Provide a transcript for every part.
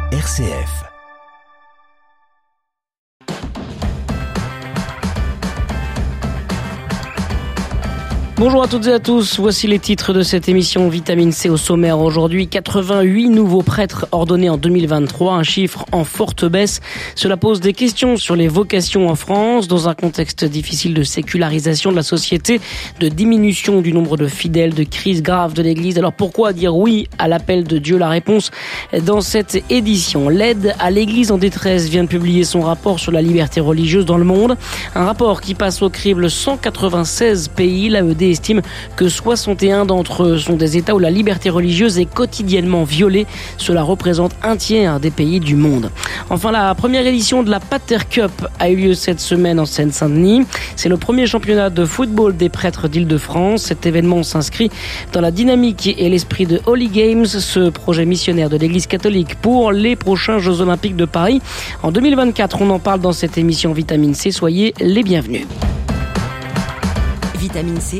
RCF. Bonjour à toutes et à tous, voici les titres de cette émission Vitamine C au sommaire aujourd'hui. 88 nouveaux prêtres ordonnés en 2023, un chiffre en forte baisse. Cela pose des questions sur les vocations en France, dans un contexte difficile de sécularisation de la société, de diminution du nombre de fidèles, de crise grave de l'Église. Alors pourquoi dire oui à l'appel de Dieu? La réponse dans cette édition. L'aide à l'Église en détresse vient de publier son rapport sur la liberté religieuse dans le monde. Un rapport qui passe au crible 196 pays. L'AED estime que 61 d'entre eux sont des États où la liberté religieuse est quotidiennement violée. Cela représente un tiers des pays du monde. Enfin, la première édition de la Pater Cup a eu lieu cette semaine en Seine-Saint-Denis. C'est le premier championnat de football des prêtres d'Île-de-France. Cet événement s'inscrit dans la dynamique et l'esprit de Holy Games, ce projet missionnaire de l'Église catholique pour les prochains Jeux Olympiques de Paris. En 2024, on en parle dans cette émission Vitamine C. Soyez les bienvenus. Vitamine C,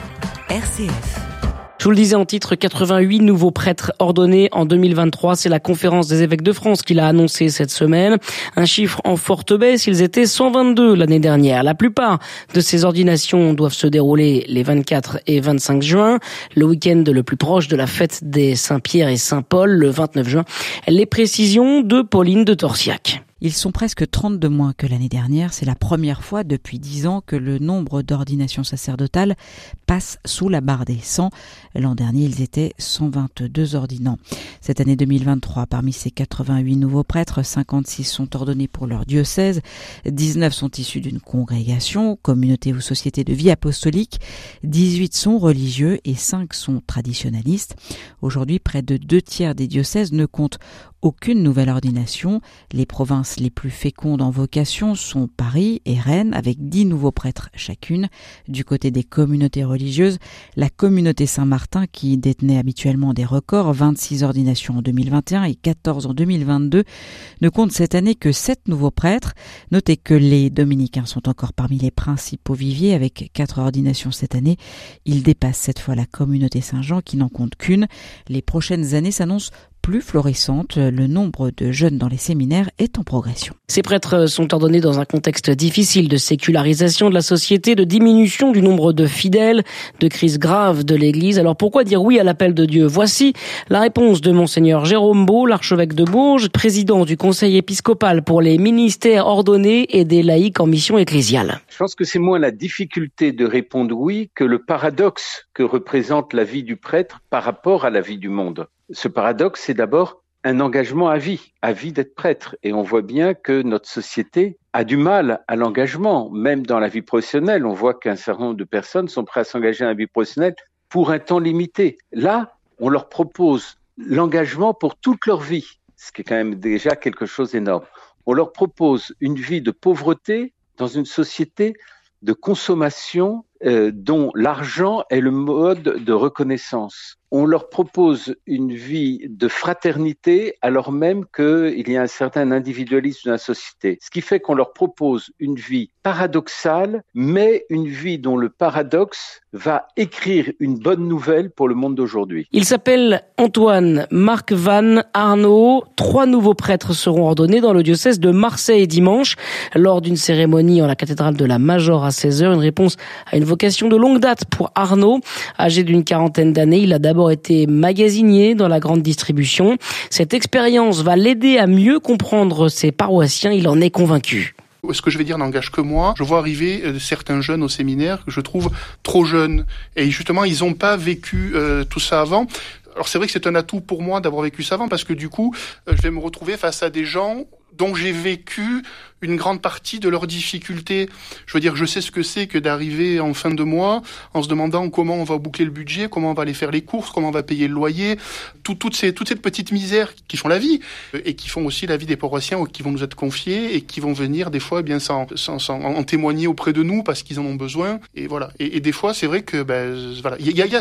RCF. Je vous le disais en titre, 88 nouveaux prêtres ordonnés en 2023. C'est la conférence des évêques de France qui l'a annoncé cette semaine. Un chiffre en forte baisse. Ils étaient 122 l'année dernière. La plupart de ces ordinations doivent se dérouler les 24 et 25 juin, le week-end le plus proche de la fête des Saint-Pierre et Saint-Paul, le 29 juin. Les précisions de Pauline de Torsiac. Ils sont presque 30 de moins que l'année dernière. C'est la première fois depuis 10 ans que le nombre d'ordinations sacerdotales passe sous la barre des 100. L'an dernier, ils étaient 122 ordinants. Cette année 2023, parmi ces 88 nouveaux prêtres, 56 sont ordonnés pour leur diocèse, 19 sont issus d'une congrégation, communauté ou société de vie apostolique, 18 sont religieux et 5 sont traditionalistes. Aujourd'hui, près de 2 tiers des diocèses ne comptent aucune nouvelle ordination. Les provinces les plus fécondes en vocation sont Paris et Rennes, avec 10 nouveaux prêtres chacune. Du côté des communautés religieuses, la communauté Saint-Martin, qui détenait habituellement des records, 26 ordinations en 2021 et 14 en 2022, ne compte cette année que 7 nouveaux prêtres. Notez que les dominicains sont encore parmi les principaux viviers, avec 4 ordinations cette année. Ils dépassent cette fois la communauté Saint-Jean, qui n'en compte qu'une. Les prochaines années s'annoncent plus florissante, le nombre de jeunes dans les séminaires est en progression. Ces prêtres sont ordonnés dans un contexte difficile de sécularisation de la société, de diminution du nombre de fidèles, de crise grave de l'Église. Alors pourquoi dire oui à l'appel de Dieu? Voici la réponse de Monseigneur Jérôme Beau, l'archevêque de Bourges, président du Conseil épiscopal pour les ministères ordonnés et des laïcs en mission ecclésiale. Je pense que c'est moins la difficulté de répondre oui que le paradoxe que représente la vie du prêtre par rapport à la vie du monde. Ce paradoxe, c'est d'abord un engagement à vie d'être prêtre. Et on voit bien que notre société a du mal à l'engagement, même dans la vie professionnelle. On voit qu'un certain nombre de personnes sont prêtes à s'engager dans la vie professionnelle pour un temps limité. Là, on leur propose l'engagement pour toute leur vie, ce qui est quand même déjà quelque chose d'énorme. On leur propose une vie de pauvreté dans une société de consommation dont l'argent est le mode de reconnaissance. On leur propose une vie de fraternité alors même qu'il y a un certain individualisme dans la société. Ce qui fait qu'on leur propose une vie paradoxale, mais une vie dont le paradoxe va écrire une bonne nouvelle pour le monde d'aujourd'hui. Il s'appelle Antoine Marc Van Arnaud. 3 nouveaux prêtres seront ordonnés dans le diocèse de Marseille dimanche lors d'une cérémonie en la cathédrale de la Major à 16h. Une réponse à une vocation de longue date pour Arnaud. Âgé d'une quarantaine d'années, il a d'abord été magasinier dans la grande distribution. Cette expérience va l'aider à mieux comprendre ses paroissiens, il en est convaincu. Ce que je vais dire n'engage que moi. Je vois arriver certains jeunes au séminaire que je trouve trop jeunes. Et justement, ils n'ont pas vécu tout ça avant. Alors c'est vrai que c'est un atout pour moi d'avoir vécu ça avant, parce que du coup, je vais me retrouver face à des gens dont j'ai vécu une grande partie de leurs difficultés. Je veux dire, je sais ce que c'est que d'arriver en fin de mois en se demandant comment on va boucler le budget, comment on va aller faire les courses, comment on va payer le loyer, toutes ces petites misères qui font la vie et qui font aussi la vie des paroissiens qui vont nous être confiés et qui vont venir des fois bien sans en témoigner auprès de nous parce qu'ils en ont besoin. Et voilà. Et des fois, c'est vrai que voilà, il y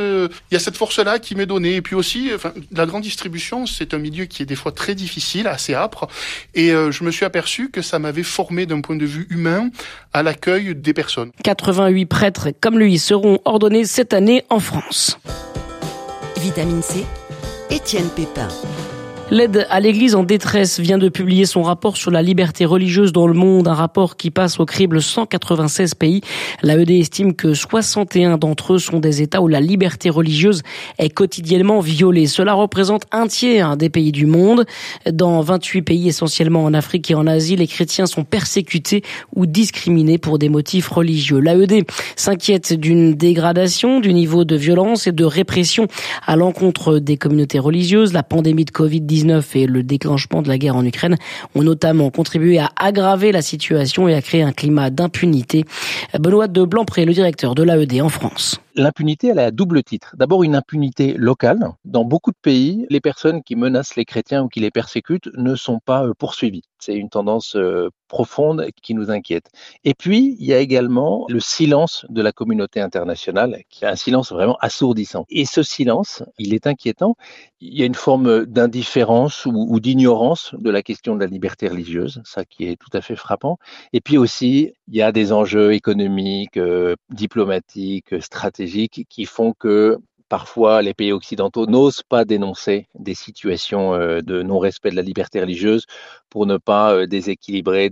a cette force-là qui m'est donnée. Et puis aussi, la grande distribution, c'est un milieu qui est des fois très difficile, assez âpre. Et je me suis aperçu que ça m'avait formé d'un point de vue humain à l'accueil des personnes. 88 prêtres comme lui seront ordonnés cette année en France. Vitamine C, Étienne Pépin. L'aide à l'Église en détresse vient de publier son rapport sur la liberté religieuse dans le monde, un rapport qui passe au crible 196 pays. L'AED estime que 61 d'entre eux sont des États où la liberté religieuse est quotidiennement violée. Cela représente un tiers des pays du monde. Dans 28 pays, essentiellement en Afrique et en Asie, les chrétiens sont persécutés ou discriminés pour des motifs religieux. L'AED s'inquiète d'une dégradation du niveau de violence et de répression à l'encontre des communautés religieuses. La pandémie de Covid-19 et le déclenchement de la guerre en Ukraine ont notamment contribué à aggraver la situation et à créer un climat d'impunité. Benoît de Blanpré, le directeur de l'AED en France. L'impunité, elle a à double titre. D'abord, une impunité locale. Dans beaucoup de pays, les personnes qui menacent les chrétiens ou qui les persécutent ne sont pas poursuivies. C'est une tendance profonde qui nous inquiète. Et puis, il y a également le silence de la communauté internationale, qui est un silence vraiment assourdissant. Et ce silence, il est inquiétant. Il y a une forme d'indifférence ou d'ignorance de la question de la liberté religieuse, ça qui est tout à fait frappant. Et puis aussi, il y a des enjeux économiques, diplomatiques, stratégiques qui font que parfois, les pays occidentaux n'osent pas dénoncer des situations de non-respect de la liberté religieuse pour ne pas déséquilibrer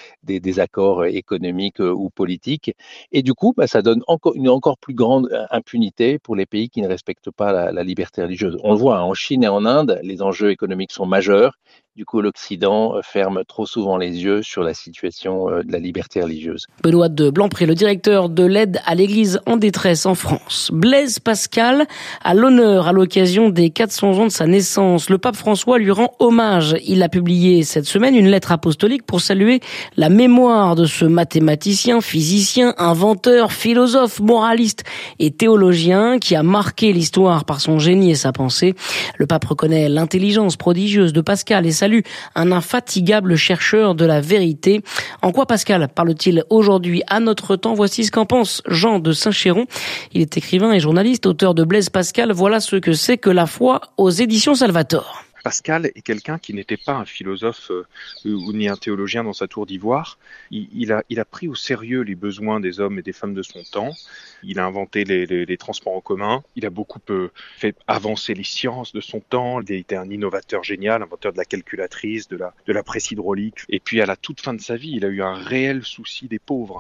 des accords économiques ou politiques. Et du coup, ça donne une encore plus grande impunité pour les pays qui ne respectent pas la liberté religieuse. On le voit, en Chine et en Inde, les enjeux économiques sont majeurs. Du coup, l'Occident ferme trop souvent les yeux sur la situation de la liberté religieuse. Benoît de Blanpré, le directeur de l'aide à l'Église en détresse en France. Blaise Pascal a l'honneur à l'occasion des 400 ans de sa naissance. Le pape François lui rend hommage. Il a publié cette semaine une lettre apostolique pour saluer la mémoire de ce mathématicien, physicien, inventeur, philosophe, moraliste et théologien qui a marqué l'histoire par son génie et sa pensée. Le pape reconnaît l'intelligence prodigieuse de Pascal et salue un infatigable chercheur de la vérité. En quoi Pascal parle-t-il aujourd'hui à notre temps? Voici ce qu'en pense Jean de Saint-Chéron. Il est écrivain et journaliste, auteur de Blaise Pascal. Voilà ce que c'est que la foi aux éditions Salvator. Pascal est quelqu'un qui n'était pas un philosophe ou ni un théologien dans sa tour d'ivoire. Il a pris au sérieux les besoins des hommes et des femmes de son temps. Il a inventé les transports en commun. Il a beaucoup fait avancer les sciences de son temps. Il a été un innovateur génial, inventeur de la calculatrice, de la presse hydraulique. Et puis à la toute fin de sa vie, il a eu un réel souci des pauvres,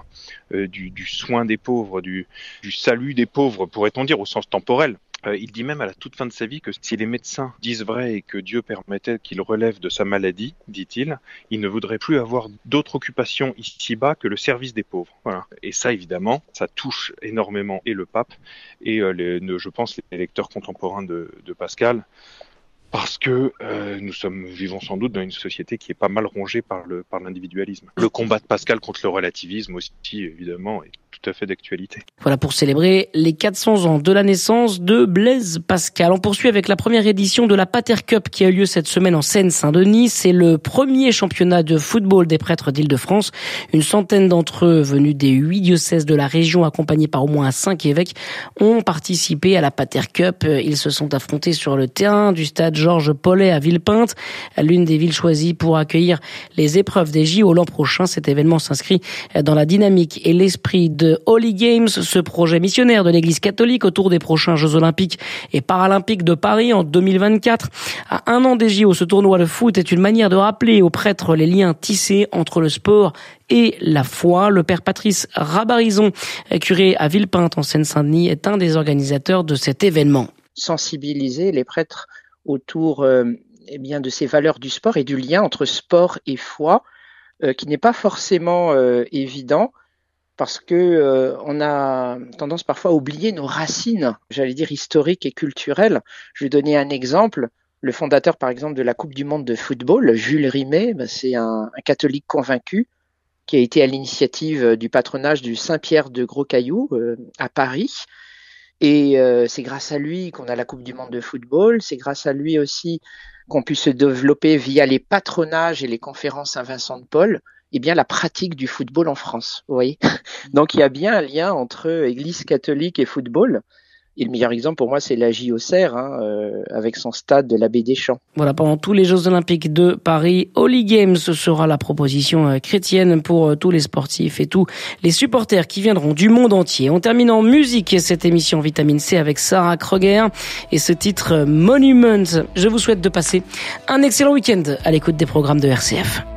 du soin des pauvres, du salut des pauvres, pourrait-on dire, au sens temporel. Il dit même à la toute fin de sa vie que si les médecins disent vrai et que Dieu permettait qu'il relève de sa maladie, dit-il, il ne voudrait plus avoir d'autre occupation ici-bas que le service des pauvres. Voilà. Et ça, évidemment, ça touche énormément et le pape et je pense les lecteurs contemporains de Pascal, parce que nous vivons sans doute dans une société qui est pas mal rongée par l'individualisme. Le combat de Pascal contre le relativisme aussi, évidemment, est tout à fait d'actualité. Voilà pour célébrer les 400 ans de la naissance de Blaise Pascal. On poursuit avec la première édition de la Pater Cup qui a eu lieu cette semaine en Seine-Saint-Denis. C'est le premier championnat de football des prêtres d'Île-de-France. Une centaine d'entre eux, venus des 8 diocèses de la région, accompagnés par au moins 5 évêques, ont participé à la Pater Cup. Ils se sont affrontés sur le terrain du stade Georges Paulet à Villepinte, l'une des villes choisies pour accueillir les épreuves des JO l'an prochain. Cet événement s'inscrit dans la dynamique et l'esprit de Holy Games, ce projet missionnaire de l'Église catholique autour des prochains Jeux olympiques et paralympiques de Paris en 2024. À un an des JO, ce tournoi de foot est une manière de rappeler aux prêtres les liens tissés entre le sport et la foi. Le père Patrice Rabarizon, curé à Villepinte en Seine-Saint-Denis, est un des organisateurs de cet événement. Sensibiliser les prêtres autour de ces valeurs du sport et du lien entre sport et foi, qui n'est pas forcément évident, parce que on a tendance parfois à oublier nos racines, j'allais dire historiques et culturelles. Je vais donner un exemple. Le fondateur, par exemple, de la Coupe du Monde de football, Jules Rimet, c'est un catholique convaincu qui a été à l'initiative du patronage du Saint-Pierre de Gros-Caillou à Paris. Et c'est grâce à lui qu'on a la Coupe du Monde de football. C'est grâce à lui aussi qu'on puisse se développer via les patronages et les conférences Saint-Vincent-de-Paul, la pratique du football en France. Vous voyez ? Donc il y a bien un lien entre Église catholique et football. Et le meilleur exemple pour moi, c'est la JOCR, avec son stade de la Baie des Champs. Voilà, pendant tous les Jeux Olympiques de Paris, Holy Games sera la proposition chrétienne pour tous les sportifs et tous les supporters qui viendront du monde entier. On termine en musique cette émission Vitamine C avec Sarah Kroger et ce titre Monument. Je vous souhaite de passer un excellent week-end à l'écoute des programmes de RCF.